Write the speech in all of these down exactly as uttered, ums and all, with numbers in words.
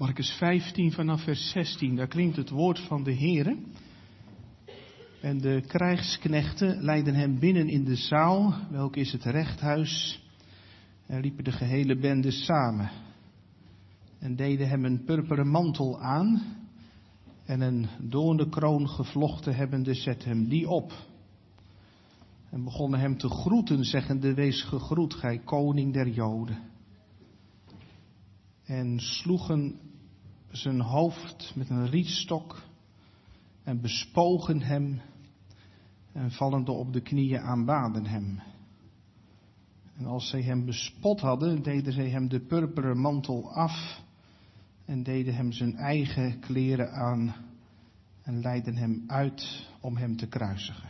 Markus vijftien vanaf vers zestien, daar klinkt het woord van de Heere. En de krijgsknechten leidden hem binnen in de zaal, welke is het rechthuis, en liepen de gehele bende samen. En deden hem een purperen mantel aan, en een doornenkroon gevlochten hebbende, zet hem die op. En begonnen hem te groeten, zeggende, wees gegroet, gij koning der Joden. En sloegen zijn hoofd met een rietstok en bespogen hem en vallende op de knieën aanbaden hem. En als zij hem bespot hadden, deden zij hem de purperen mantel af en deden hem zijn eigen kleren aan en leidden hem uit om hem te kruisigen.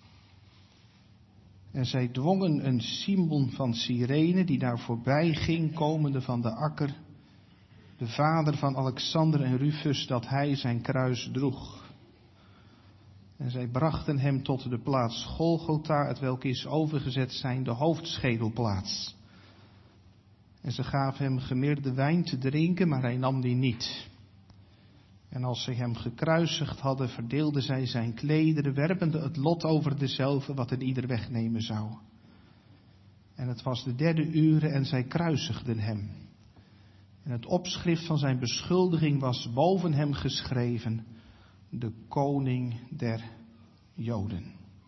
En zij dwongen een Simon van Cyrene, die daar voorbij ging, komende van de akker, de vader van Alexander en Rufus, dat hij zijn kruis droeg. En zij brachten hem tot de plaats Golgotha, hetwelk is overgezet zijn de hoofdschedelplaats. En ze gaven hem gemeerde wijn te drinken, maar hij nam die niet. En als zij hem gekruisigd hadden, verdeelden zij zijn klederen, werpende het lot over dezelve, wat een ieder wegnemen zou. En het was de derde ure en zij kruisigden hem. En het opschrift van zijn beschuldiging was boven hem geschreven, de koning der Joden.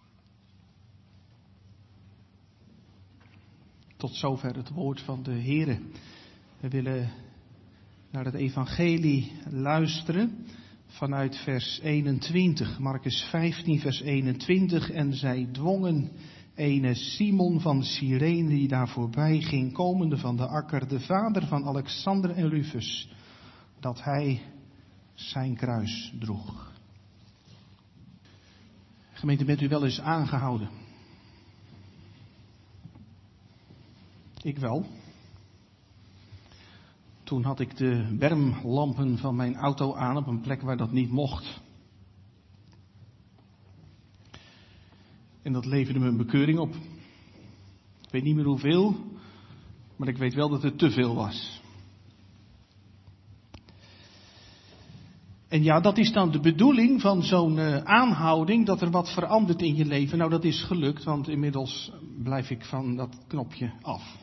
Tot zover het woord van de Heere. We willen naar het evangelie luisteren vanuit vers eenentwintig. Markus vijftien vers eenentwintig. En zij dwongen ene Simon van Cyrene, die daar voorbij ging, komende van de akker, de vader van Alexander en Rufus, dat hij zijn kruis droeg. Gemeente, bent u wel eens aangehouden? Ik wel. Toen had ik de bermlampen van mijn auto aan op een plek waar dat niet mocht. En dat leverde me een bekeuring op. Ik weet niet meer hoeveel, maar ik weet wel dat het te veel was. En ja, dat is dan de bedoeling van zo'n uh, aanhouding, dat er wat verandert in je leven. Nou, dat is gelukt, want inmiddels blijf ik van dat knopje af.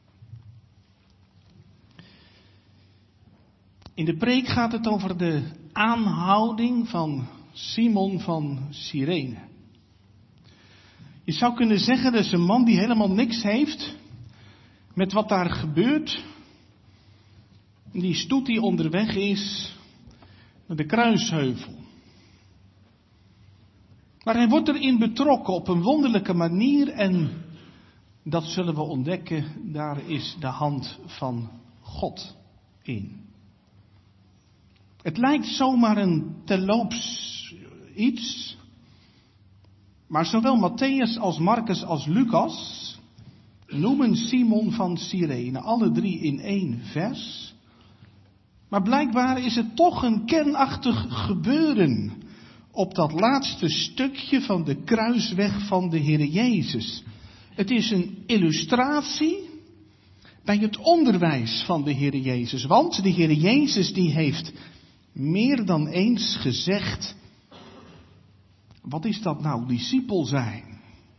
In de preek gaat het over de aanhouding van Simon van Cyrene. Je zou kunnen zeggen, dat is een man die helemaal niks heeft met wat daar gebeurt. Die stoet die onderweg is naar de kruisheuvel. Maar hij wordt erin betrokken op een wonderlijke manier en dat zullen we ontdekken, daar is de hand van God in. Het lijkt zomaar een terloops iets, maar zowel Matthäus als Marcus als Lucas noemen Simon van Cyrene, alle drie in één vers. Maar blijkbaar is het toch een kernachtig gebeuren op dat laatste stukje van de kruisweg van de Heere Jezus. Het is een illustratie bij het onderwijs van de Heere Jezus. Want de Heere Jezus die heeft meer dan eens gezegd, wat is dat nou, discipel zijn?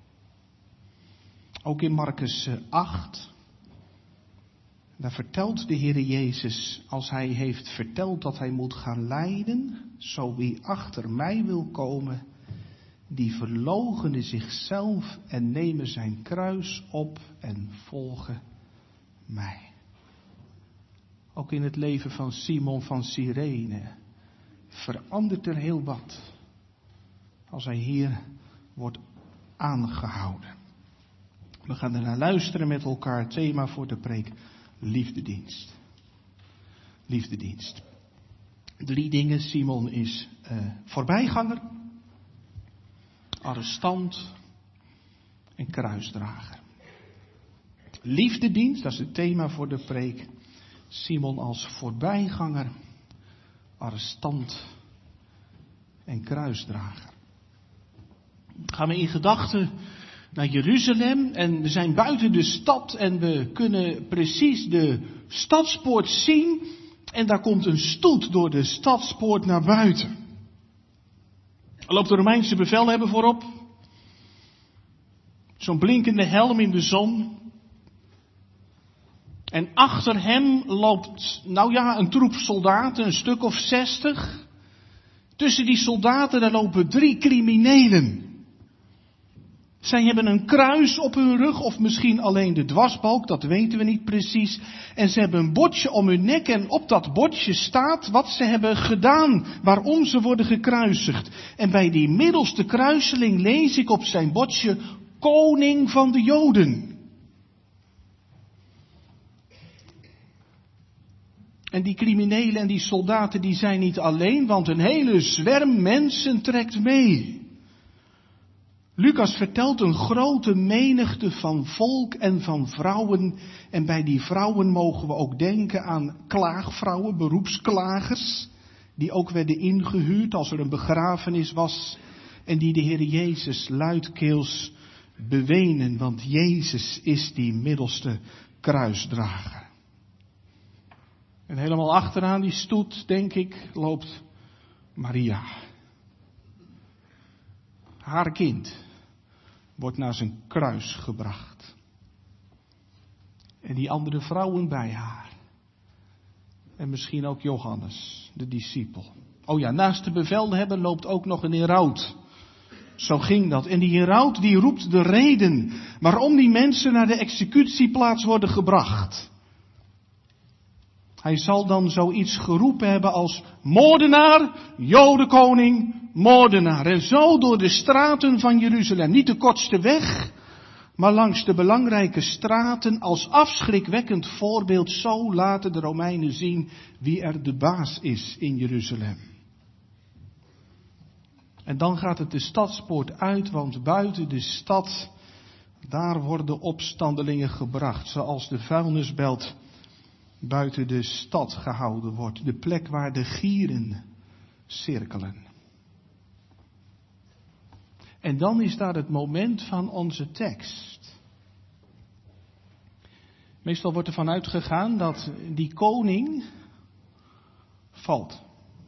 Ook in Markus acht, daar vertelt de Heere Jezus, als hij heeft verteld dat hij moet gaan lijden, zo wie achter mij wil komen, die verloochenen zichzelf en nemen zijn kruis op en volgen mij. Ook in het leven van Simon van Cyrene verandert er heel wat als hij hier wordt aangehouden. We gaan er naar luisteren met elkaar. Thema voor de preek: liefdedienst. Liefdedienst. Drie dingen. Simon is uh, voorbijganger, arrestant en kruisdrager. Liefdedienst, dat is het thema voor de preek. Simon als voorbijganger, arrestant en kruisdrager. Gaan we in gedachten naar Jeruzalem en we zijn buiten de stad en we kunnen precies de stadspoort zien En daar komt een stoet door de stadspoort naar buiten. Er loopt de Romeinse bevelhebber voorop. Zo'n blinkende helm in de zon. En achter hem loopt, nou ja, een troep soldaten, een stuk of zestig. Tussen die soldaten, daar lopen drie criminelen. Zij hebben een kruis op hun rug, of misschien alleen de dwarsbalk, dat weten we niet precies. En ze hebben een bordje om hun nek en op dat bordje staat wat ze hebben gedaan, waarom ze worden gekruisigd. En bij die middelste kruiseling lees ik op zijn bordje, koning van de Joden. En die criminelen en die soldaten die zijn niet alleen, want een hele zwerm mensen trekt mee. Lucas vertelt een grote menigte van volk en van vrouwen. En bij die vrouwen mogen we ook denken aan klaagvrouwen, beroepsklagers. Die ook werden ingehuurd als er een begrafenis was. En die de Heer Jezus luidkeels bewenen. Want Jezus is die middelste kruisdrager. En helemaal achteraan die stoet, denk ik, loopt Maria. Haar kind wordt naar zijn kruis gebracht. En die andere vrouwen bij haar. En misschien ook Johannes, de discipel. Oh ja, naast de bevelhebber loopt ook nog een heraut. Zo ging dat. En die heraut die roept de reden waarom die mensen naar de executieplaats worden gebracht. Hij zal dan zoiets geroepen hebben als moordenaar, Jodenkoning, moordenaar. En zo door de straten van Jeruzalem. Niet de kortste weg, maar langs de belangrijke straten als afschrikwekkend voorbeeld. Zo laten de Romeinen zien wie er de baas is in Jeruzalem. En dan gaat het de stadspoort uit, want buiten de stad, daar worden opstandelingen gebracht. Zoals de vuilnisbelt buiten de stad gehouden wordt. De plek waar de gieren cirkelen. En dan is daar het moment van onze tekst. Meestal wordt er vanuit gegaan dat die koning valt.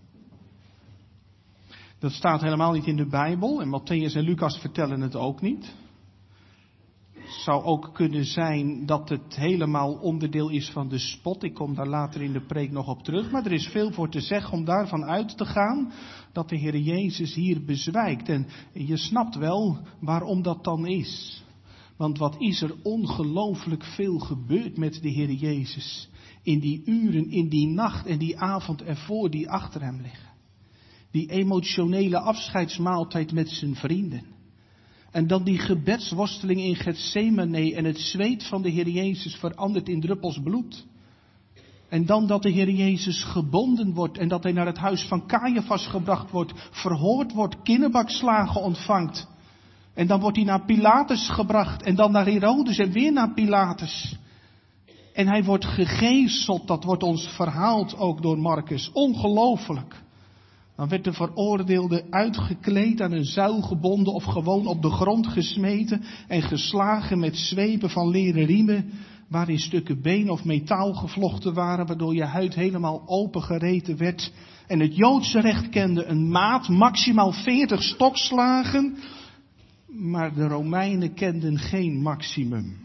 Dat staat helemaal niet in de Bijbel en Mattheüs en Lucas vertellen het ook niet. Het zou ook kunnen zijn dat het helemaal onderdeel is van de spot. Ik kom daar later in de preek nog op terug. Maar er is veel voor te zeggen om daarvan uit te gaan dat de Heer Jezus hier bezwijkt. En je snapt wel waarom dat dan is. Want wat is er ongelooflijk veel gebeurd met de Heer Jezus. In die uren, in die nacht en die avond ervoor die achter hem liggen. Die emotionele afscheidsmaaltijd met zijn vrienden. En dan die gebedsworsteling in Getsemane en het zweet van de Heer Jezus verandert in druppels bloed. En dan dat de Heer Jezus gebonden wordt en dat hij naar het huis van Caiaphas gebracht wordt, verhoord wordt, kinnerbakslagen ontvangt. En dan wordt hij naar Pilatus gebracht en dan naar Herodes en weer naar Pilatus. En hij wordt gegezeld, dat wordt ons verhaald ook door Marcus. Ongelooflijk. Dan werd de veroordeelde uitgekleed, aan een zuil gebonden of gewoon op de grond gesmeten en geslagen met zweepen van leren riemen, waarin stukken been of metaal gevlochten waren, waardoor je huid helemaal opengereten werd. En het Joodse recht kende een maat, maximaal veertig stokslagen, maar de Romeinen kenden geen maximum.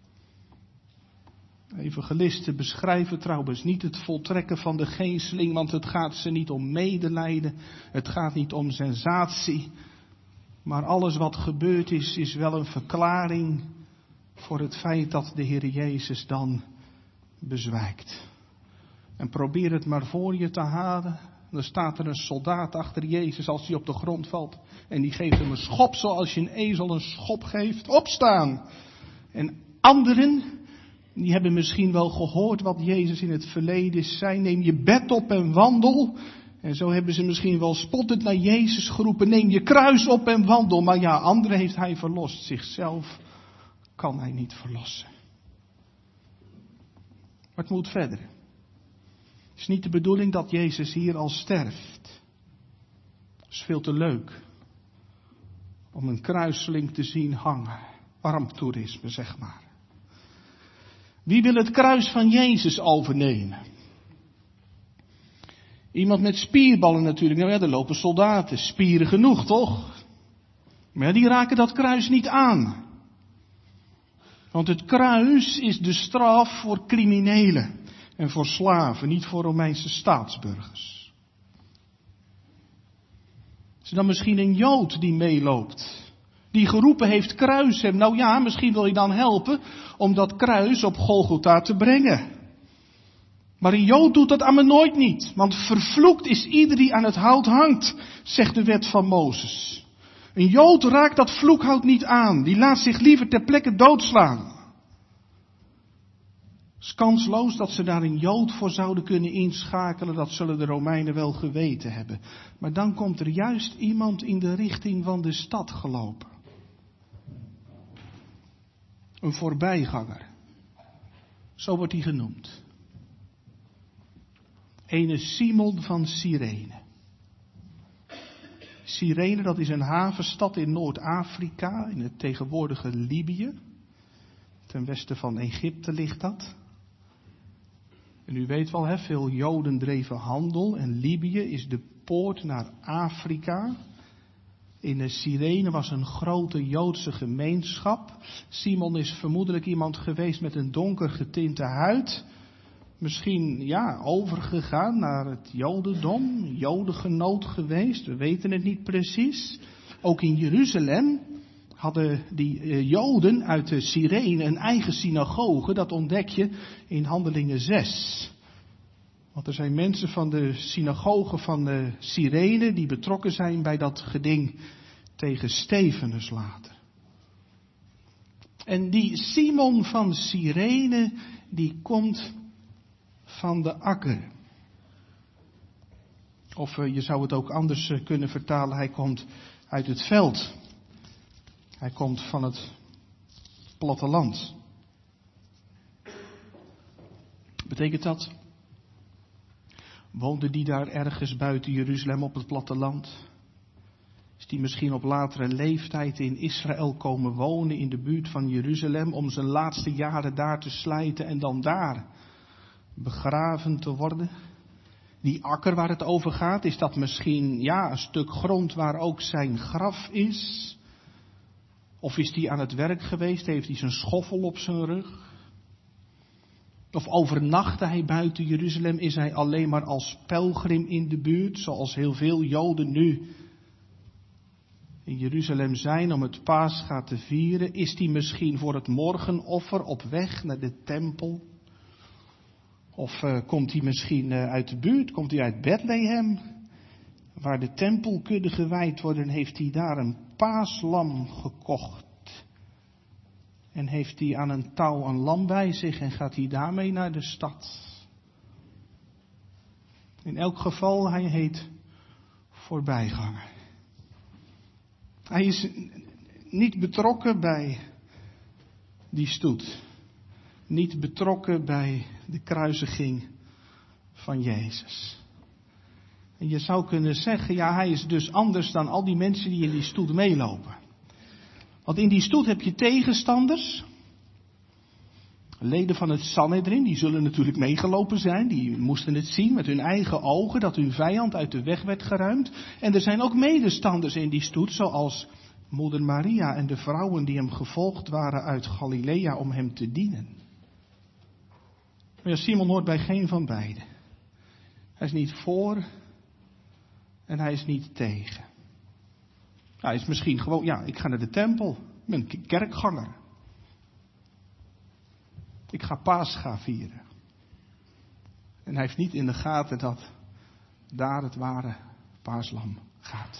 Evangelisten beschrijven trouwens niet het voltrekken van de geesteling, want het gaat ze niet om medelijden, het gaat niet om sensatie. Maar alles wat gebeurd is, is wel een verklaring voor het feit dat de Heer Jezus dan bezwijkt. En probeer het maar voor je te halen. Dan staat er een soldaat achter Jezus als hij op de grond valt. En die geeft hem een schop zoals je een ezel een schop geeft. Opstaan! En anderen, die hebben misschien wel gehoord wat Jezus in het verleden zei. Neem je bed op en wandel. En zo hebben ze misschien wel spottend naar Jezus geroepen. Neem je kruis op en wandel. Maar ja, anderen heeft hij verlost. Zichzelf kan hij niet verlossen. Maar het moet verder. Het is niet de bedoeling dat Jezus hier al sterft. Het is veel te leuk om een kruiseling te zien hangen. Armtoerisme, zeg maar. Wie wil het kruis van Jezus overnemen? Iemand met spierballen natuurlijk. Nou ja, er lopen soldaten. Spieren genoeg, toch? Maar ja, die raken dat kruis niet aan. Want het kruis is de straf voor criminelen. En voor slaven, niet voor Romeinse staatsburgers. Is er dan misschien een Jood die meeloopt? Die geroepen heeft kruis hem. Nou ja, misschien wil je dan helpen om dat kruis op Golgotha te brengen. Maar een Jood doet dat aan me nooit niet. Want vervloekt is ieder die aan het hout hangt, zegt de wet van Mozes. Een Jood raakt dat vloekhout niet aan. Die laat zich liever ter plekke doodslaan. Het is kansloos dat ze daar een Jood voor zouden kunnen inschakelen. Dat zullen de Romeinen wel geweten hebben. Maar dan komt er juist iemand in de richting van de stad gelopen. Een voorbijganger. Zo wordt hij genoemd. Ene Simon van Cyrene. Cyrene, dat is een havenstad in Noord-Afrika, in het tegenwoordige Libië. Ten westen van Egypte ligt dat. En u weet wel, hè, veel Joden dreven handel en Libië is de poort naar Afrika. In Cyrene was een grote Joodse gemeenschap. Simon is vermoedelijk iemand geweest met een donker getinte huid. Misschien, ja, overgegaan naar het Jodendom, Jodengenoot geweest, we weten het niet precies. Ook in Jeruzalem hadden die uh, Joden uit de Cyrene een eigen synagoge, dat ontdek je in Handelingen zes. Want er zijn mensen van de synagoge van de Cyrene die betrokken zijn bij dat geding tegen Stefanus later. En die Simon van Cyrene, die komt van de akker. Of uh, je zou het ook anders uh, kunnen vertalen, hij komt uit het veld. Hij komt van het platteland. Betekent dat? Woonde die daar ergens buiten Jeruzalem op het platteland? Is die misschien op latere leeftijd in Israël komen wonen in de buurt van Jeruzalem om zijn laatste jaren daar te slijten en dan daar begraven te worden? Die akker waar het over gaat, is dat misschien ja, een stuk grond waar ook zijn graf is? Of is die aan het werk geweest, heeft hij zijn schoffel op zijn rug? Of overnachtte hij buiten Jeruzalem, is hij alleen maar als pelgrim in de buurt, zoals heel veel Joden nu in Jeruzalem zijn om het Pascha te vieren? Is hij misschien voor het morgenoffer op weg naar de tempel? Of uh, komt hij misschien uh, uit de buurt, komt hij uit Bethlehem, waar de tempelkudde gewijd worden, heeft hij daar een paaslam gekocht. En heeft hij aan een touw een lam bij zich en gaat hij daarmee naar de stad. In elk geval, hij heet voorbijganger. Hij is niet betrokken bij die stoet. Niet betrokken bij de kruisiging van Jezus. En je zou kunnen zeggen, ja, hij is dus anders dan al die mensen die in die stoet meelopen. Want in die stoet heb je tegenstanders. Leden van het Sanhedrin, die zullen natuurlijk meegelopen zijn. Die moesten het zien met hun eigen ogen, dat hun vijand uit de weg werd geruimd. En er zijn ook medestanders in die stoet, zoals moeder Maria en de vrouwen die hem gevolgd waren uit Galilea om hem te dienen. Maar ja, Simon hoort bij geen van beiden. Hij is niet voor en hij is niet tegen. Hij is misschien gewoon, ja, ik ga naar de tempel. Ik ben een kerkganger. Ik ga Pascha vieren. En hij heeft niet in de gaten dat daar het ware paaslam gaat.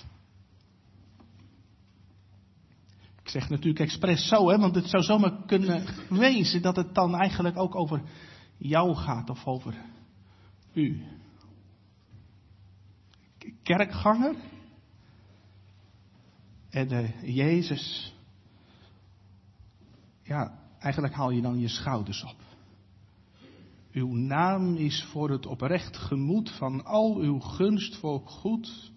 Ik zeg natuurlijk expres zo, hè, want het zou zomaar kunnen wezen dat het dan eigenlijk ook over jou gaat of over u. Kerkganger. En uh, Jezus, ja, eigenlijk haal je dan je schouders op. Uw naam is voor het oprecht gemoed van al uw gunst voor goed.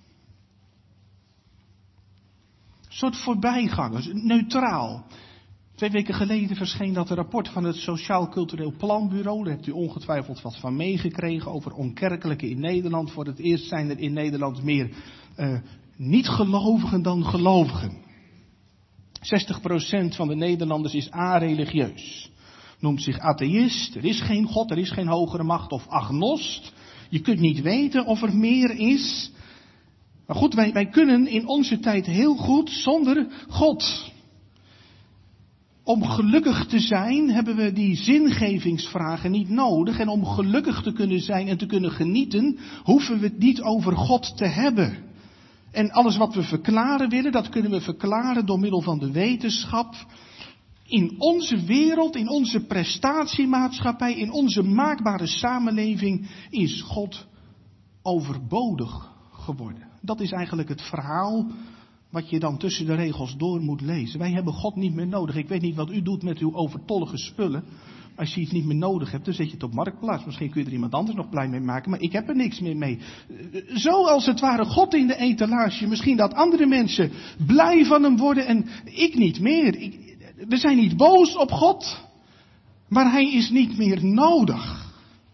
Een soort voorbijgangers, neutraal. Twee weken geleden verscheen dat rapport van het Sociaal Cultureel Planbureau. Daar hebt u ongetwijfeld wat van meegekregen over onkerkelijke in Nederland. Voor het eerst zijn er in Nederland meer uh, niet-gelovigen dan gelovigen. zestig procent van de Nederlanders is a-religieus. Noemt zich atheïst, er is geen God, er is geen hogere macht of agnost. Je kunt niet weten of er meer is. Maar goed, wij, wij kunnen in onze tijd heel goed zonder God. Om gelukkig te zijn hebben we die zingevingsvragen niet nodig. En om gelukkig te kunnen zijn en te kunnen genieten, hoeven we het niet over God te hebben. En alles wat we verklaren willen, dat kunnen we verklaren door middel van de wetenschap. In onze wereld, in onze prestatiemaatschappij, in onze maakbare samenleving is God overbodig geworden. Dat is eigenlijk het verhaal wat je dan tussen de regels door moet lezen. Wij hebben God niet meer nodig. Ik weet niet wat u doet met uw overtollige spullen. Als je iets niet meer nodig hebt, dan zet je het op marktplaats. Misschien kun je er iemand anders nog blij mee maken, maar ik heb er niks meer mee. Zo als het ware God in de etalage. Misschien dat andere mensen blij van hem worden en ik niet meer. Ik, we zijn niet boos op God, maar hij is niet meer nodig.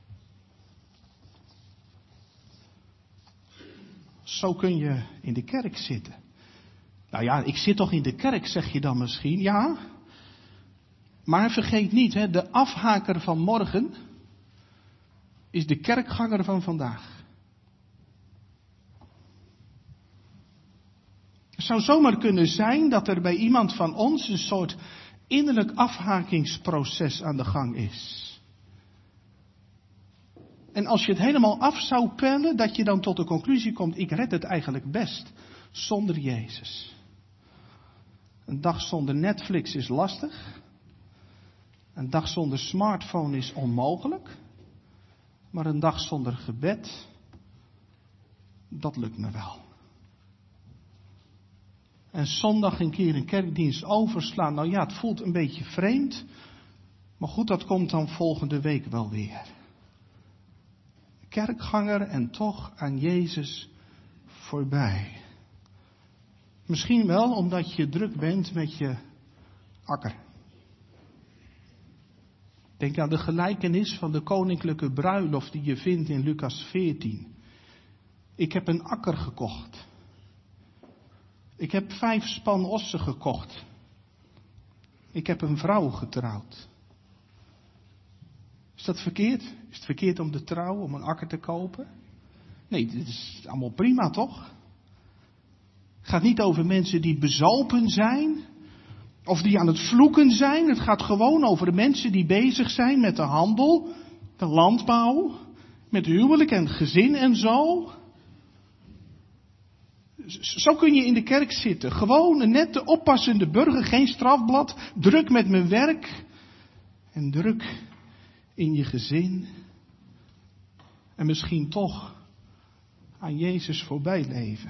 Zo kun je in de kerk zitten. Nou ja, ik zit toch in de kerk, zeg je dan misschien. Ja, maar vergeet niet, hè, de afhaker van morgen is de kerkganger van vandaag. Het zou zomaar kunnen zijn dat er bij iemand van ons een soort innerlijk afhakingsproces aan de gang is. En als je het helemaal af zou pellen, dat je dan tot de conclusie komt, ik red het eigenlijk best zonder Jezus. Een dag zonder Netflix is lastig. Een dag zonder smartphone is onmogelijk. Maar een dag zonder gebed, dat lukt me wel. En zondag een keer een kerkdienst overslaan, nou ja, het voelt een beetje vreemd. Maar goed, dat komt dan volgende week wel weer. Kerkganger en toch aan Jezus voorbij. Misschien wel omdat je druk bent met je akker. Denk aan de gelijkenis van de koninklijke bruiloft die je vindt in Lucas veertien. Ik heb een akker gekocht. Ik heb vijf span ossen gekocht. Ik heb een vrouw getrouwd. Is dat verkeerd? Is het verkeerd om te trouwen, om een akker te kopen? Nee, dit is allemaal prima, toch? Het gaat niet over mensen die bezopen zijn. Of die aan het vloeken zijn. Het gaat gewoon over de mensen die bezig zijn met de handel, de landbouw, met huwelijk en gezin en zo. Zo kun je in de kerk zitten. Gewoon een nette, oppassende burger, geen strafblad. Druk met mijn werk. En druk in je gezin. En misschien toch aan Jezus voorbij leven.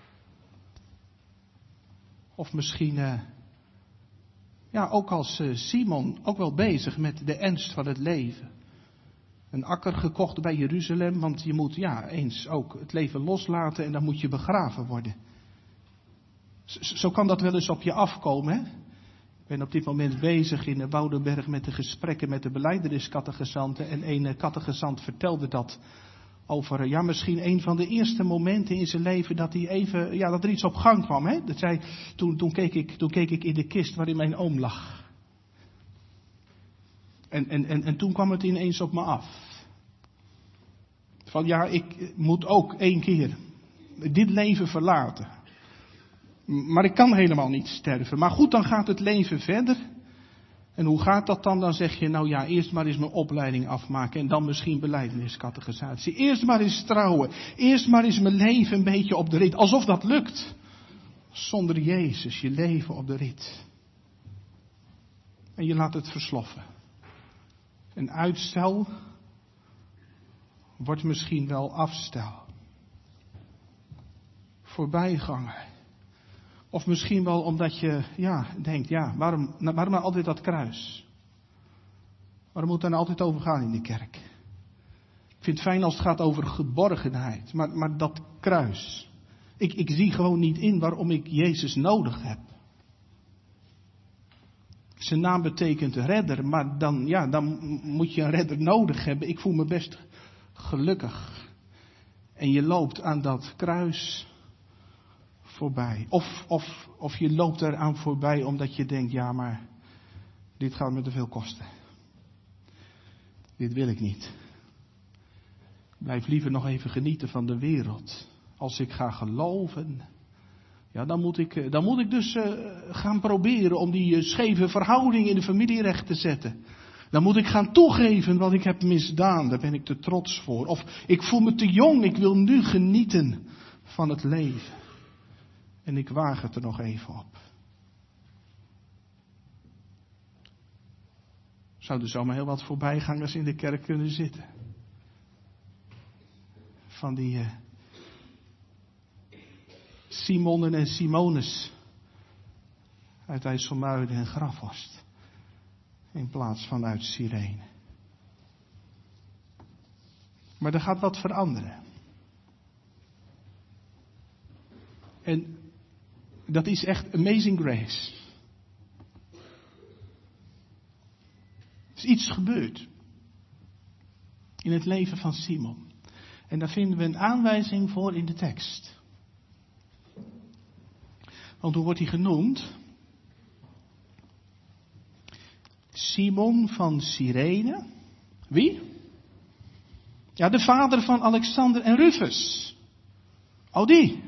Of misschien, uh, ja, ook als uh, Simon, ook wel bezig met de ernst van het leven. Een akker gekocht bij Jeruzalem, want je moet ja eens ook het leven loslaten en dan moet je begraven worden. Zo kan dat wel eens op je afkomen, hè? Ik ben op dit moment bezig in de Woudenberg met de gesprekken met de belijdenis-catechizanten en een catechizant vertelde dat over, ja, misschien een van de eerste momenten in zijn leven dat hij even, ja, dat er iets op gang kwam, hè? Dat zei, toen, toen keek ik, toen keek ik in de kist waarin mijn oom lag. En, en, en, en toen kwam het ineens op me af. Van ja, ik moet ook één keer dit leven verlaten. Maar ik kan helemaal niet sterven. Maar goed, dan gaat het leven verder. En hoe gaat dat dan? Dan zeg je, nou ja, eerst maar eens mijn opleiding afmaken. En dan misschien belijdeniscatechisatie. Eerst maar eens trouwen. Eerst maar eens mijn leven een beetje op de rit. Alsof dat lukt. Zonder Jezus, je leven op de rit. En je laat het versloffen. Een uitstel wordt misschien wel afstel. Voorbijganger. Of misschien wel omdat je ja, denkt, ja, waarom, waarom nou altijd dat kruis? Waarom moet het dan altijd over gaan in de kerk? Ik vind het fijn als het gaat over geborgenheid. Maar, maar dat kruis. Ik, ik zie gewoon niet in waarom ik Jezus nodig heb. Zijn naam betekent redder, maar dan, ja, dan moet je een redder nodig hebben. Ik voel me best gelukkig. En je loopt aan dat kruis voorbij. Of, of, of je loopt eraan voorbij omdat je denkt, ja maar dit gaat me te veel kosten. Dit wil ik niet. Blijf liever nog even genieten van de wereld. Als ik ga geloven, ja, dan moet ik, dan moet ik dus uh, gaan proberen om die uh, scheve verhouding in de familie recht te zetten. Dan moet ik gaan toegeven wat ik heb misdaan. Daar ben ik te trots voor. Of ik voel me te jong, ik wil nu genieten van het leven. En ik waag het er nog even op. Zouden zomaar heel wat voorbijgangers in de kerk kunnen zitten. Van die uh, Simonen en Simones uit IJsselmuiden en Grafhorst. In plaats van uit Cyrene. Maar er gaat wat veranderen. En dat is echt amazing grace. Er is iets gebeurd. In het leven van Simon. En daar vinden we een aanwijzing voor in de tekst. Want hoe wordt hij genoemd? Simon van Cyrene. Wie? Ja, de vader van Alexander en Rufus. Oh, die.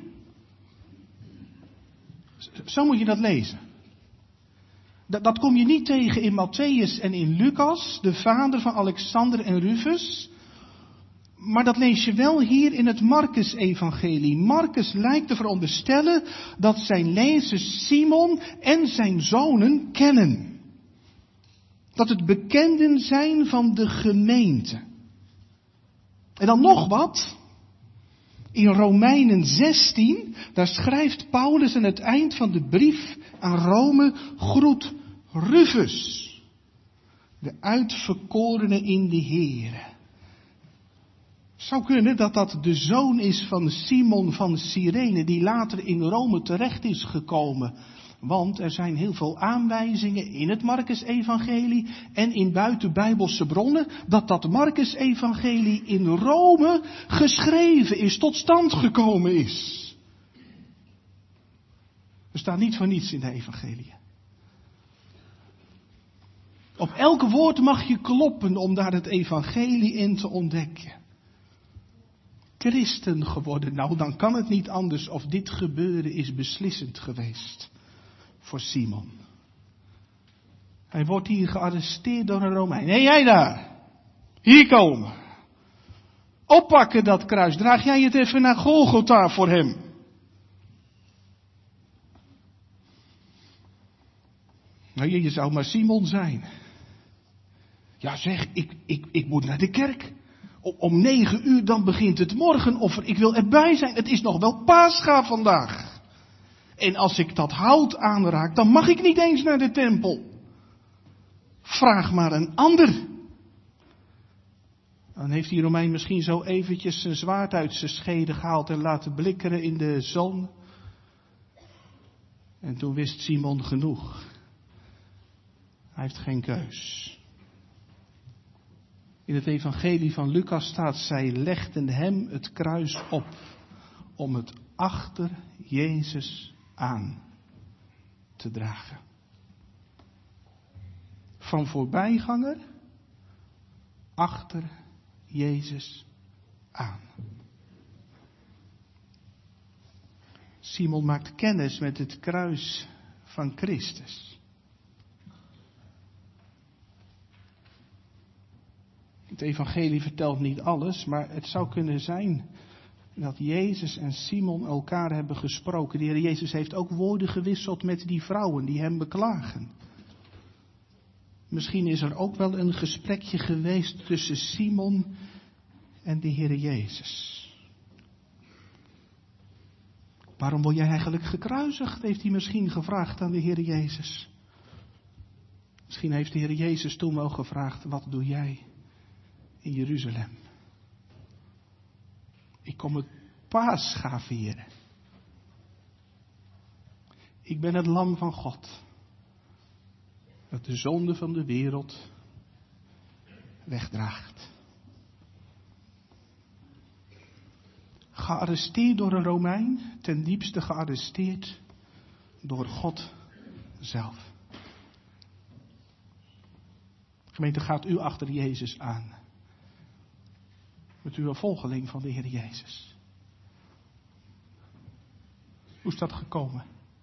Zo moet je dat lezen. Dat, dat kom je niet tegen in Matthäus en in Lucas, de vader van Alexander en Rufus. Maar dat lees je wel hier in het Marcus-evangelie. Marcus lijkt te veronderstellen dat zijn lezers Simon en zijn zonen kennen. Dat het bekenden zijn van de gemeente. En dan nog wat. In Romeinen zestien, daar schrijft Paulus aan het eind van de brief aan Rome, groet Rufus, de uitverkorene in de Here. Zou kunnen dat dat de zoon is van Simon van Cyrene, die later in Rome terecht is gekomen. Want er zijn heel veel aanwijzingen in het Marcus-evangelie en in buitenbijbelse bronnen dat dat Marcus-evangelie in Rome geschreven is, tot stand gekomen is. Er staat niet voor niets in de evangelie. Op elk woord mag je kloppen om daar het evangelie in te ontdekken. Christen geworden, nou dan kan het niet anders of dit gebeuren is beslissend geweest. Voor Simon. Hij wordt hier gearresteerd door een Romein. Hé, jij daar. Hier komen. Oppakken dat kruis. Draag jij het even naar Golgotha voor hem. Nou, je zou maar Simon zijn. Ja zeg, ik, ik, ik moet naar de kerk. Om, om negen uur dan begint het morgenoffer. Ik wil erbij zijn. Het is nog wel Pascha vandaag. En als ik dat hout aanraak, dan mag ik niet eens naar de tempel. Vraag maar een ander. Dan heeft die Romein misschien zo eventjes zijn zwaard uit zijn schede gehaald en laten blikkeren in de zon. En toen wist Simon genoeg. Hij heeft geen keus. In het evangelie van Lucas staat, zij legden hem het kruis op om het achter Jezus aan te dragen. Van voorbijganger achter Jezus aan. Simon maakt kennis met het kruis van Christus. Het evangelie vertelt niet alles, maar het zou kunnen zijn dat Jezus en Simon elkaar hebben gesproken. De Heer Jezus heeft ook woorden gewisseld met die vrouwen die hem beklagen. Misschien is er ook wel een gesprekje geweest tussen Simon en de Heer Jezus. Waarom word jij eigenlijk gekruisigd? Heeft hij misschien gevraagd aan de Heer Jezus. Misschien heeft de Heer Jezus toen wel gevraagd, wat doe jij in Jeruzalem? Ik kom het Pascha vieren. Ik ben het lam van God. dat de zonde van de wereld wegdraagt. Gearresteerd door een Romein, ten diepste gearresteerd door God zelf. Gemeente, gaat u achter Jezus aan? Bent u een volgeling van de Heer Jezus? Hoe is dat gekomen?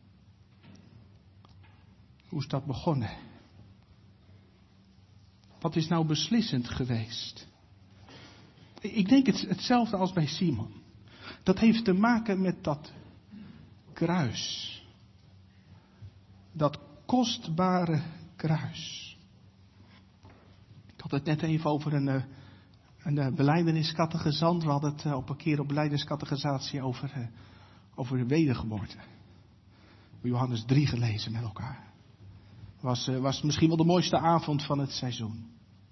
Hoe is dat begonnen? Wat is nou beslissend geweest? Ik denk het, hetzelfde als bij Simon. Dat heeft te maken met dat kruis. Dat kostbare kruis. Ik had het net even over een, een belijdeniscategezant. We hadden het op een keer op belijdeniscategorisatie over, over de wedergeboorte. Johannes drie gelezen met elkaar. Was, was misschien wel de mooiste avond van het seizoen.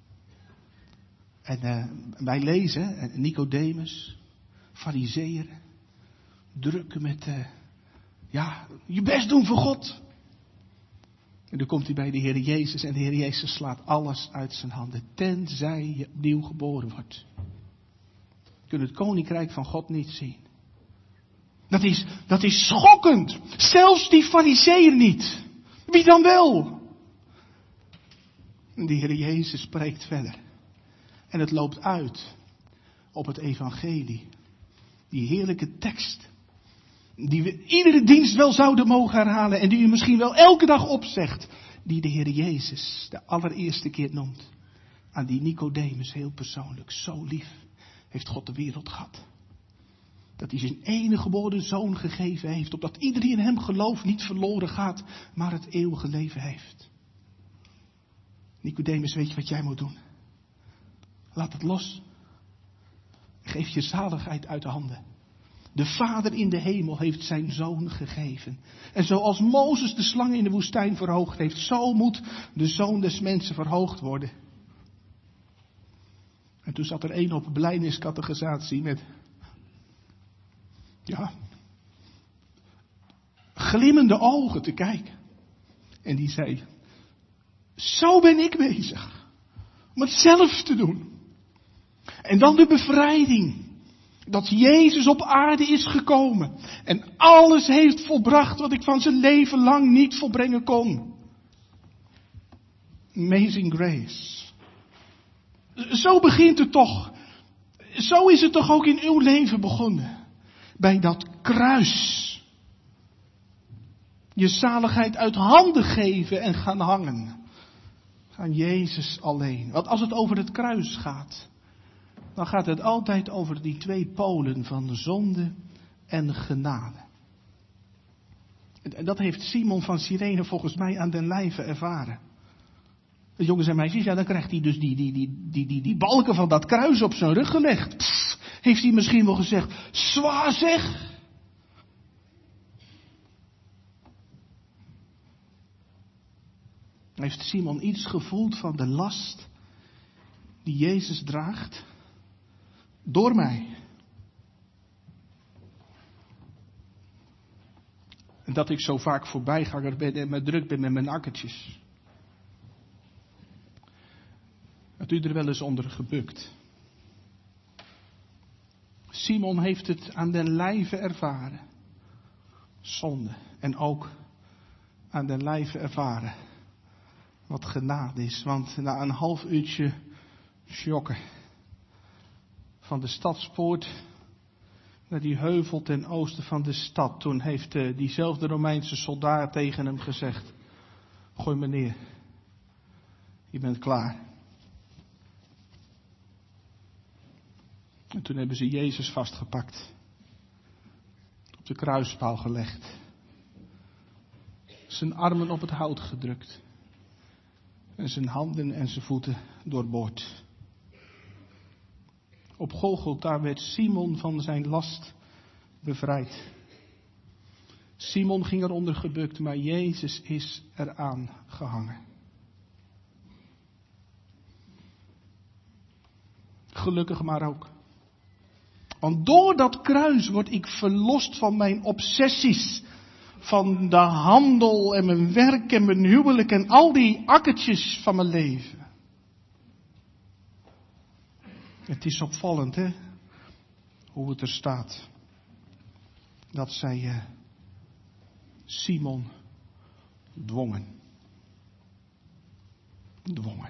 En uh, wij lezen, Nicodemus, Farizeeën, drukken met, uh, ja, je best doen voor God. En dan komt hij bij de Heer Jezus en de Heer Jezus slaat alles uit zijn handen. Tenzij je opnieuw geboren wordt. Je kunt het koninkrijk van God niet zien. Dat is, dat is schokkend. Zelfs die Farizeeën niet. Wie dan wel? En de Heer Jezus spreekt verder. En het loopt uit op het evangelie. Die heerlijke tekst. Die we iedere dienst wel zouden mogen herhalen. En die u misschien wel elke dag opzegt. Die de Heer Jezus de allereerste keer noemt. Aan die Nicodemus heel persoonlijk. Zo lief heeft God de wereld gehad. Dat hij zijn enige geboren zoon gegeven heeft. Opdat iedereen in hem gelooft niet verloren gaat. Maar het eeuwige leven heeft. Nicodemus, weet je wat jij moet doen? Laat het los. Geef je zaligheid uit de handen. De Vader in de hemel heeft zijn zoon gegeven. En zoals Mozes de slang in de woestijn verhoogd heeft, zo moet de zoon des mensen verhoogd worden. En toen zat er één op belijdeniscategorisatie met, ja, glimmende ogen te kijken. En die zei, zo ben ik bezig om het zelf te doen. En dan de bevrijding. Dat Jezus op aarde is gekomen. En alles heeft volbracht wat ik van zijn leven lang niet volbrengen kon. Amazing grace. Zo begint het toch. Zo is het toch ook in uw leven begonnen. Bij dat kruis. Je zaligheid uit handen geven en gaan hangen. Aan Jezus alleen. Want als het over het kruis gaat, dan gaat het altijd over die twee polen van zonde en genade. En dat heeft Simon van Cyrene volgens mij aan den lijve ervaren. De jongens en meisjes, ja, dan krijgt hij dus die, die, die, die, die, die balken van dat kruis op zijn rug gelegd. Pff, heeft hij misschien wel gezegd, zwaar zeg. Heeft Simon iets gevoeld van de last die Jezus draagt? Door mij. En dat ik zo vaak voorbijganger ben en me druk ben met mijn akkertjes. Hebt u er wel eens onder gebukt? Simon heeft het aan den lijve ervaren. Zonde. En ook aan den lijve ervaren. Wat genade is. Want na een half uurtje sjokken. Van de stadspoort naar die heuvel ten oosten van de stad. Toen heeft uh, diezelfde Romeinse soldaat tegen hem gezegd. Gooi me neer. Je bent klaar. En toen hebben ze Jezus vastgepakt. Op de kruispaal gelegd. Zijn armen op het hout gedrukt. En zijn handen en zijn voeten doorboord. Op Golgotha werd Simon van zijn last bevrijd. Simon ging eronder gebukt, maar Jezus is eraan gehangen. Gelukkig maar ook. Want door dat kruis word ik verlost van mijn obsessies. van de handel en mijn werk en mijn huwelijk en al die akkertjes van mijn leven. Het is opvallend, hè, hoe het er staat. Dat zij uh, Simon dwongen. Dwongen.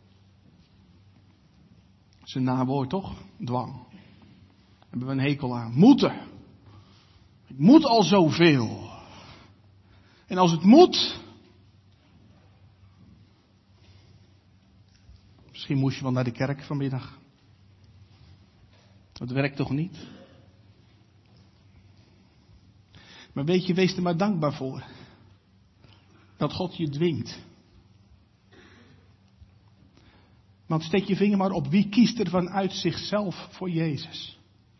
Dat is een nawoord, toch? Dwang. Daar hebben we een hekel aan. Moeten. Ik moet al zoveel. En als het moet. Misschien moest je wel naar de kerk vanmiddag. Dat werkt toch niet? Maar weet je, wees er maar dankbaar voor. Dat God je dwingt. Want steek je vinger maar op, wie kiest er vanuit zichzelf voor Jezus?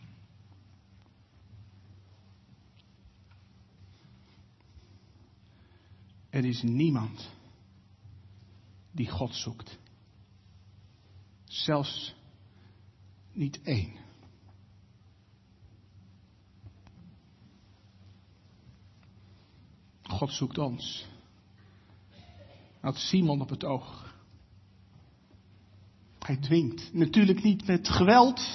Er is niemand die God zoekt. Zelfs niet één. God zoekt ons. Had Simon op het oog. Hij dwingt. Natuurlijk niet met geweld.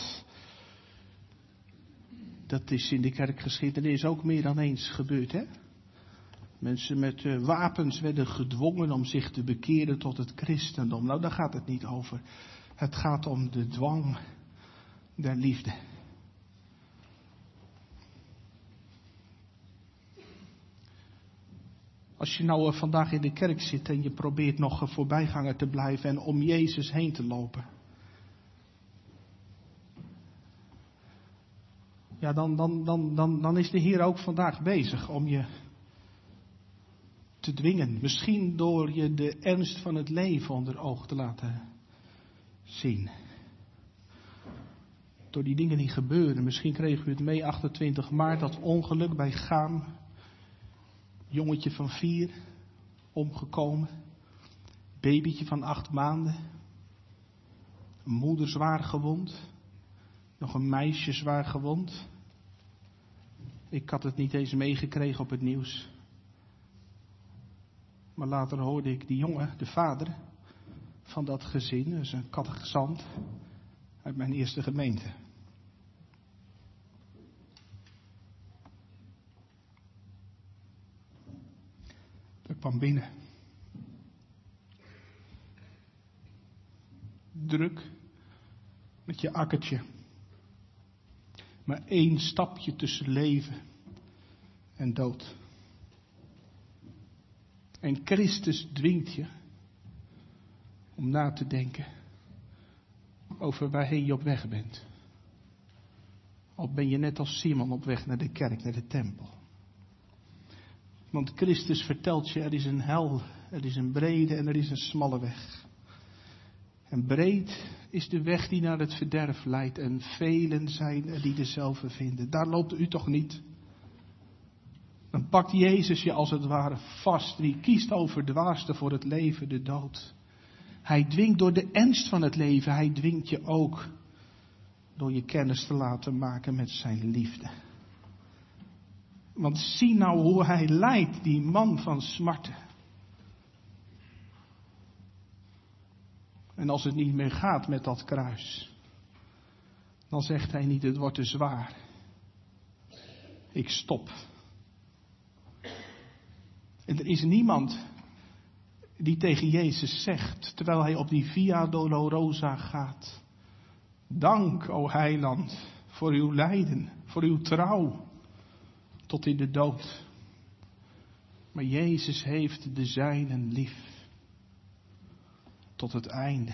Dat is in de kerkgeschiedenis ook meer dan eens gebeurd, hè? Mensen met uh, wapens werden gedwongen om zich te bekeren tot het christendom. Nou, daar gaat het niet over. Het gaat om de dwang der liefde. Als je nou vandaag in de kerk zit en je probeert nog een voorbijganger te blijven en om Jezus heen te lopen. Ja, dan, dan, dan, dan, dan is de Heer ook vandaag bezig om je te dwingen. Misschien door je de ernst van het leven onder oog te laten zien. Door die dingen die gebeuren. Misschien kreeg u het mee achtentwintig maart, dat ongeluk bij Gaam. Jongetje van vier, omgekomen. Babytje van acht maanden. Een moeder zwaar gewond. Nog een meisje zwaar gewond. Ik had het niet eens meegekregen op het nieuws. Maar later hoorde ik die jongen, de vader van dat gezin, dat is een catechizant uit mijn eerste gemeente. Ik kwam binnen. Druk met je akkertje. Maar één stapje tussen leven en dood. En Christus dwingt je om na te denken over waarheen je op weg bent. Of ben je net als Simon op weg naar de kerk, naar de tempel. Want Christus vertelt je, er is een hel, er is een brede en er is een smalle weg. En breed is de weg die naar het verderf leidt en velen zijn er die dezelfde vinden. Daar loopt u toch niet? Dan pakt Jezus je als het ware vast. Die kiest over de dwaarste voor het leven, de dood. Hij dwingt door de ernst van het leven. Hij dwingt je ook door je kennis te laten maken met zijn liefde. Want zie nou hoe hij lijdt, die man van smarten. En als het niet meer gaat met dat kruis, dan zegt hij niet, het wordt te zwaar. Ik stop. En er is niemand die tegen Jezus zegt, terwijl hij op die Via Dolorosa gaat: dank, o Heiland, voor uw lijden, voor uw trouw, tot in de dood. Maar Jezus heeft de zijnen lief. Tot het einde.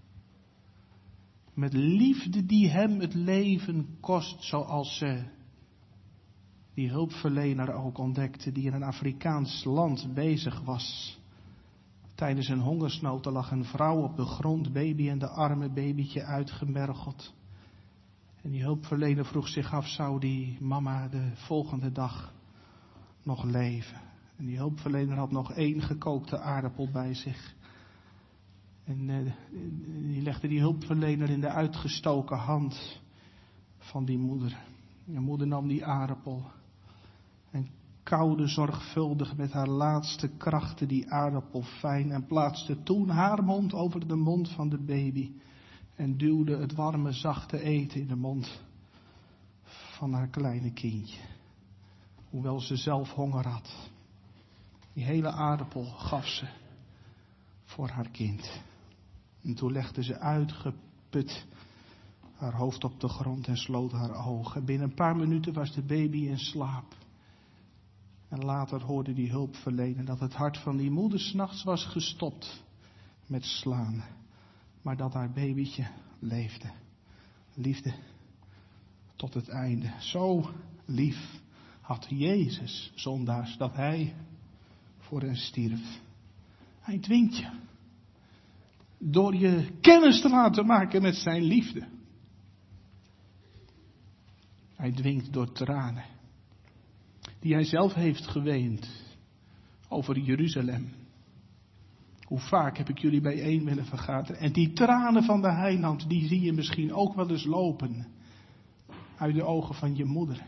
Met liefde die hem het leven kost, zoals uh, die hulpverlener ook ontdekte, die in een Afrikaans land bezig was. Tijdens een hongersnood lag een vrouw op de grond, baby en de arme babytje uitgemergeld. En die hulpverlener vroeg zich af, zou die mama de volgende dag nog leven? En die hulpverlener had nog één gekookte aardappel bij zich. En uh, die legde die hulpverlener in de uitgestoken hand van die moeder. De moeder nam die aardappel en kauwde zorgvuldig met haar laatste krachten die aardappel fijn en plaatste toen haar mond over de mond van de baby en duwde het warme, zachte eten in de mond van haar kleine kindje. Hoewel ze zelf honger had. Die hele aardappel gaf ze voor haar kind. En toen legde ze uitgeput haar hoofd op de grond en sloot haar ogen. Binnen een paar minuten was de baby in slaap. En later hoorde die hulpverlener dat het hart van die moeder 's nachts was gestopt met slaan. Maar dat haar babytje leefde. Liefde tot het einde. Zo lief had Jezus zondaars dat hij voor hen stierf. Hij dwingt je. Door je kennis te laten maken met zijn liefde. Hij dwingt door tranen. Die hij zelf heeft geweend over Jeruzalem. Hoe vaak heb ik jullie bijeen willen vergaderen. En die tranen van de heiland, die zie je misschien ook wel eens lopen. Uit de ogen van je moeder.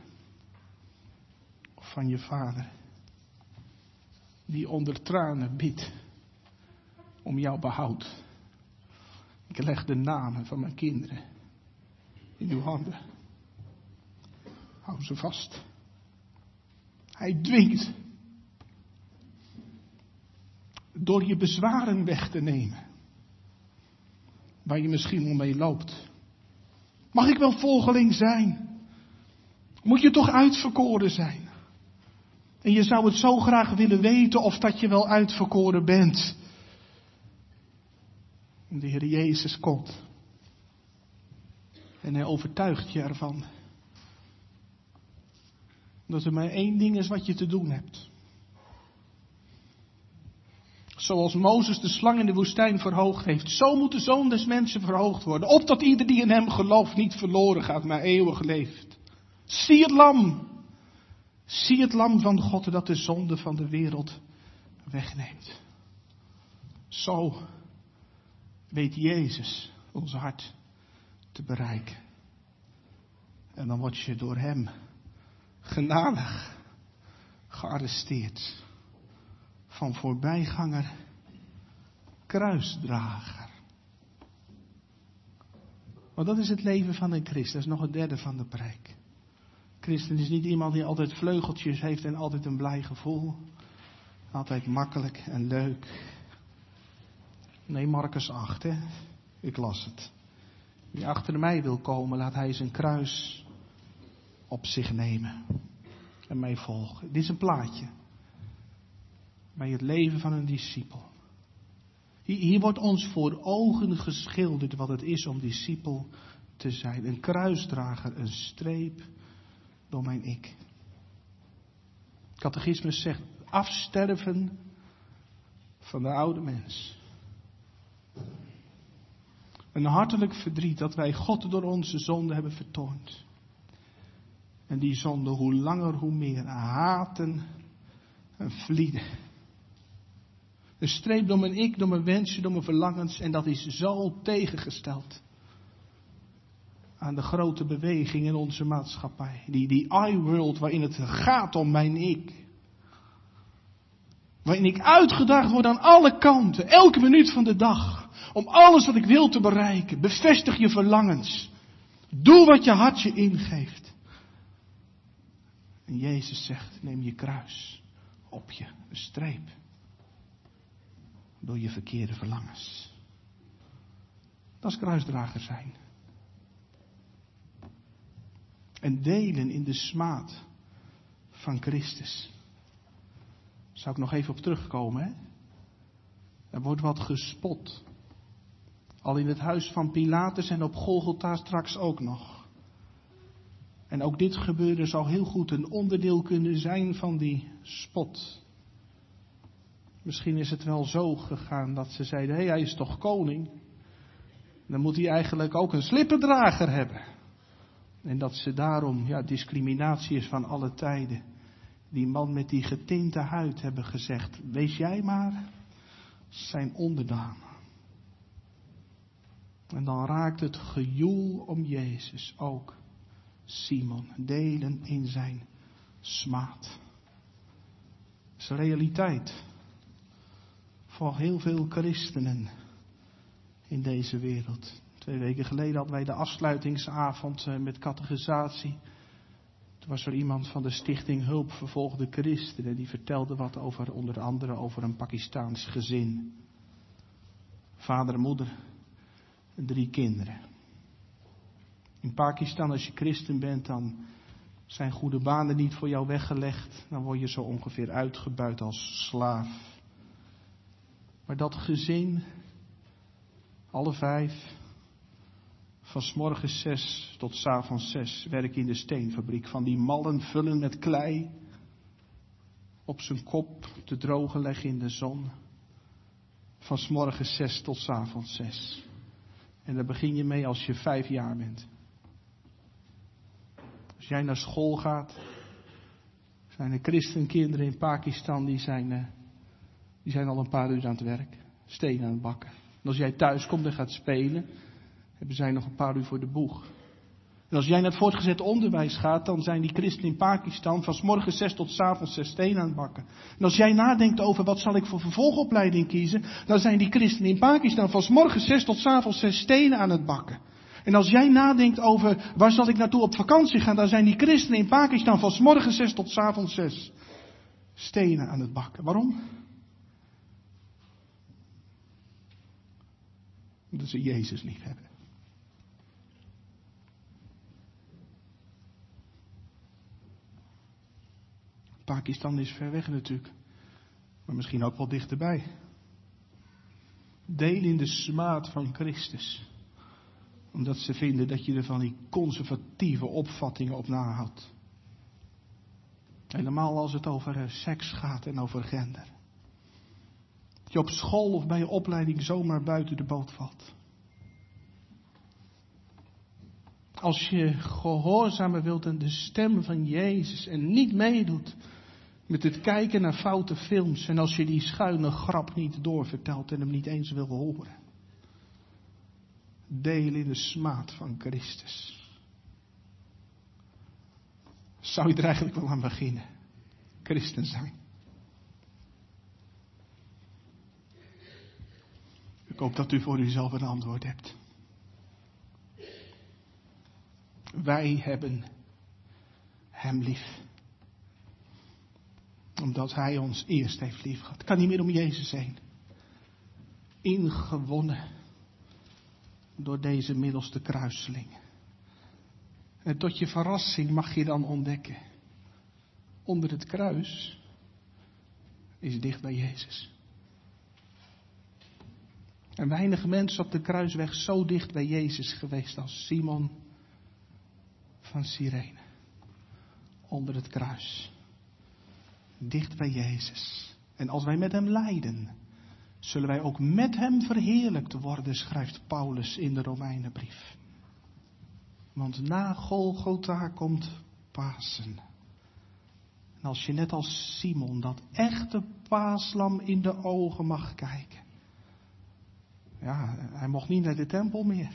Of van je vader. Die onder tranen bidt om jouw behoud. Ik leg de namen van mijn kinderen in uw handen. Hou ze vast. Hij dwingt. Door je bezwaren weg te nemen. Waar je misschien om mee loopt. Mag ik wel volgeling zijn? Moet je toch uitverkoren zijn? En je zou het zo graag willen weten of dat je wel uitverkoren bent. En de Heer Jezus komt. En hij overtuigt je ervan. Dat er maar één ding is wat je te doen hebt. Zoals Mozes de slang in de woestijn verhoogd heeft. Zo moet de Zoon des Mensen verhoogd worden. Opdat ieder die in hem gelooft niet verloren gaat, maar eeuwig leeft. Zie het lam. Zie het lam van God dat de zonde van de wereld wegneemt. Zo weet Jezus ons hart te bereiken. En dan word je door hem genadig gearresteerd. Van voorbijganger, kruisdrager. Want dat is het leven van een christen. Dat is nog het derde van de preek. Christen is niet iemand die altijd vleugeltjes heeft en altijd een blij gevoel. Altijd makkelijk en leuk. Nee, Marcus acht, hè. Ik las het. Wie achter mij wil komen, laat hij zijn kruis op zich nemen. En mij volgen. Dit is een plaatje. Bij het leven van een discipel. Hier, hier wordt ons voor ogen geschilderd wat het is om discipel te zijn. Een kruisdrager, een streep door mijn ik. Het catechismus zegt afsterven van de oude mens. Een hartelijk verdriet dat wij God door onze zonde hebben vertoond. En die zonde hoe langer hoe meer haten en vlieden. Een streep door mijn ik, door mijn wensen, door mijn verlangens. En dat is zo tegengesteld aan de grote beweging in onze maatschappij. Die, die I-world waarin het gaat om mijn ik. Waarin ik uitgedaagd word aan alle kanten, elke minuut van de dag. Om alles wat ik wil te bereiken. Bevestig je verlangens. Doe wat je hart je ingeeft. En Jezus zegt, neem je kruis op je, een streep. Door je verkeerde verlangens. Dat is kruisdrager zijn. En delen in de smaad van Christus. Zou ik nog even op terugkomen, hè? Er wordt wat gespot. Al in het huis van Pilatus en op Golgotha straks ook nog. En ook dit gebeuren zou heel goed een onderdeel kunnen zijn van die spot. Misschien is het wel zo gegaan dat ze zeiden, hé, hij is toch koning? Dan moet hij eigenlijk ook een slippendrager hebben. En dat ze daarom, ja, discriminatie is van alle tijden. Die man met die getinte huid hebben gezegd, wees jij maar zijn onderdaan. En dan raakt het gejoel om Jezus ook Simon, delen in zijn smaad. is realiteit voor heel veel christenen in deze wereld. Twee weken geleden hadden wij de afsluitingsavond met catechisatie. Toen was er iemand van de stichting Hulp Vervolgde Christenen. Die vertelde wat over, onder andere over een Pakistaans gezin. Vader en moeder en drie kinderen. In Pakistan, als je christen bent, dan zijn goede banen niet voor jou weggelegd. Dan word je zo ongeveer uitgebuit als slaaf. Maar dat gezin, alle vijf, van 's morgens zes tot 's avonds zes, werk in de steenfabriek. Van die mallen vullen met klei, op zijn kop te drogen leggen in de zon. Van 's morgens zes tot 's avonds zes. En daar begin je mee als je vijf jaar bent. Als jij naar school gaat, zijn er christenkinderen in Pakistan die zijn, die zijn al een paar uur aan het werk. Stenen aan het bakken. En als jij thuis komt en gaat spelen, hebben zij nog een paar uur voor de boeg. En als jij naar het voortgezet onderwijs gaat, dan zijn die christenen in Pakistan van 's morgens zes tot 's avonds zes stenen aan het bakken. En als jij nadenkt over wat zal ik voor vervolgopleiding kiezen, dan zijn die christenen in Pakistan van 's morgens zes tot 's avonds zes stenen aan het bakken. En als jij nadenkt over waar zal ik naartoe op vakantie gaan, dan zijn die christenen in Pakistan van 's morgens zes tot 's avonds zes stenen aan het bakken. Waarom? Omdat ze Jezus lief hebben. Pakistan is ver weg natuurlijk, maar misschien ook wel dichterbij. Deel in de smaad van Christus, omdat ze vinden dat je er van die conservatieve opvattingen op nahoudt. Helemaal als het over seks gaat en over gender. Dat je op school of bij je opleiding zomaar buiten de boot valt. Als je gehoorzamen wilt aan de stem van Jezus en niet meedoet met het kijken naar foute films. En als je die schuine grap niet doorvertelt en hem niet eens wil horen. Deel in de smaad van Christus. Zou je er eigenlijk wel aan beginnen? Christen zijn. Ik hoop dat u voor uzelf een antwoord hebt. Wij hebben hem lief. Omdat hij ons eerst heeft lief gehad. Het kan niet meer om Jezus heen. Ingewonnen door deze middelste kruiseling. En tot je verrassing mag je dan ontdekken. Onder het kruis is dicht bij Jezus. En weinig mensen op de kruisweg zo dicht bij Jezus geweest als Simon van Cyrene. Onder het kruis. Dicht bij Jezus. En als wij met hem lijden, zullen wij ook met hem verheerlijkt worden, schrijft Paulus in de Romeinenbrief. Want na Golgotha komt Pasen. En als je net als Simon dat echte paaslam in de ogen mag kijken. Ja, hij mocht niet naar de tempel meer.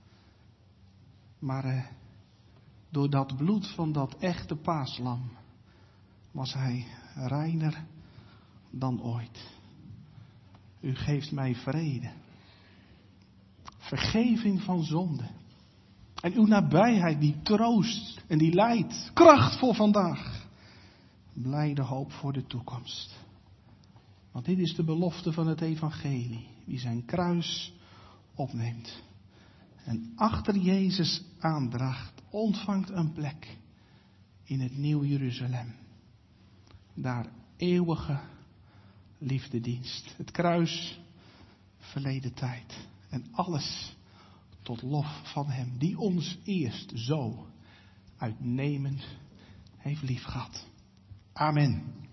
Maar eh, door dat bloed van dat echte paaslam was hij reiner dan ooit. U geeft mij vrede. Vergeving van zonde. En uw nabijheid die troost en die leidt. Kracht voor vandaag. Blijde hoop voor de toekomst. Want dit is de belofte van het evangelie. Wie zijn kruis opneemt. En achter Jezus aandraagt. Ontvangt een plek in het nieuw Jeruzalem. Daar eeuwige liefdedienst. Het kruis, verleden tijd. En alles tot lof van hem. Die ons eerst zo uitnemend heeft liefgehad. Amen.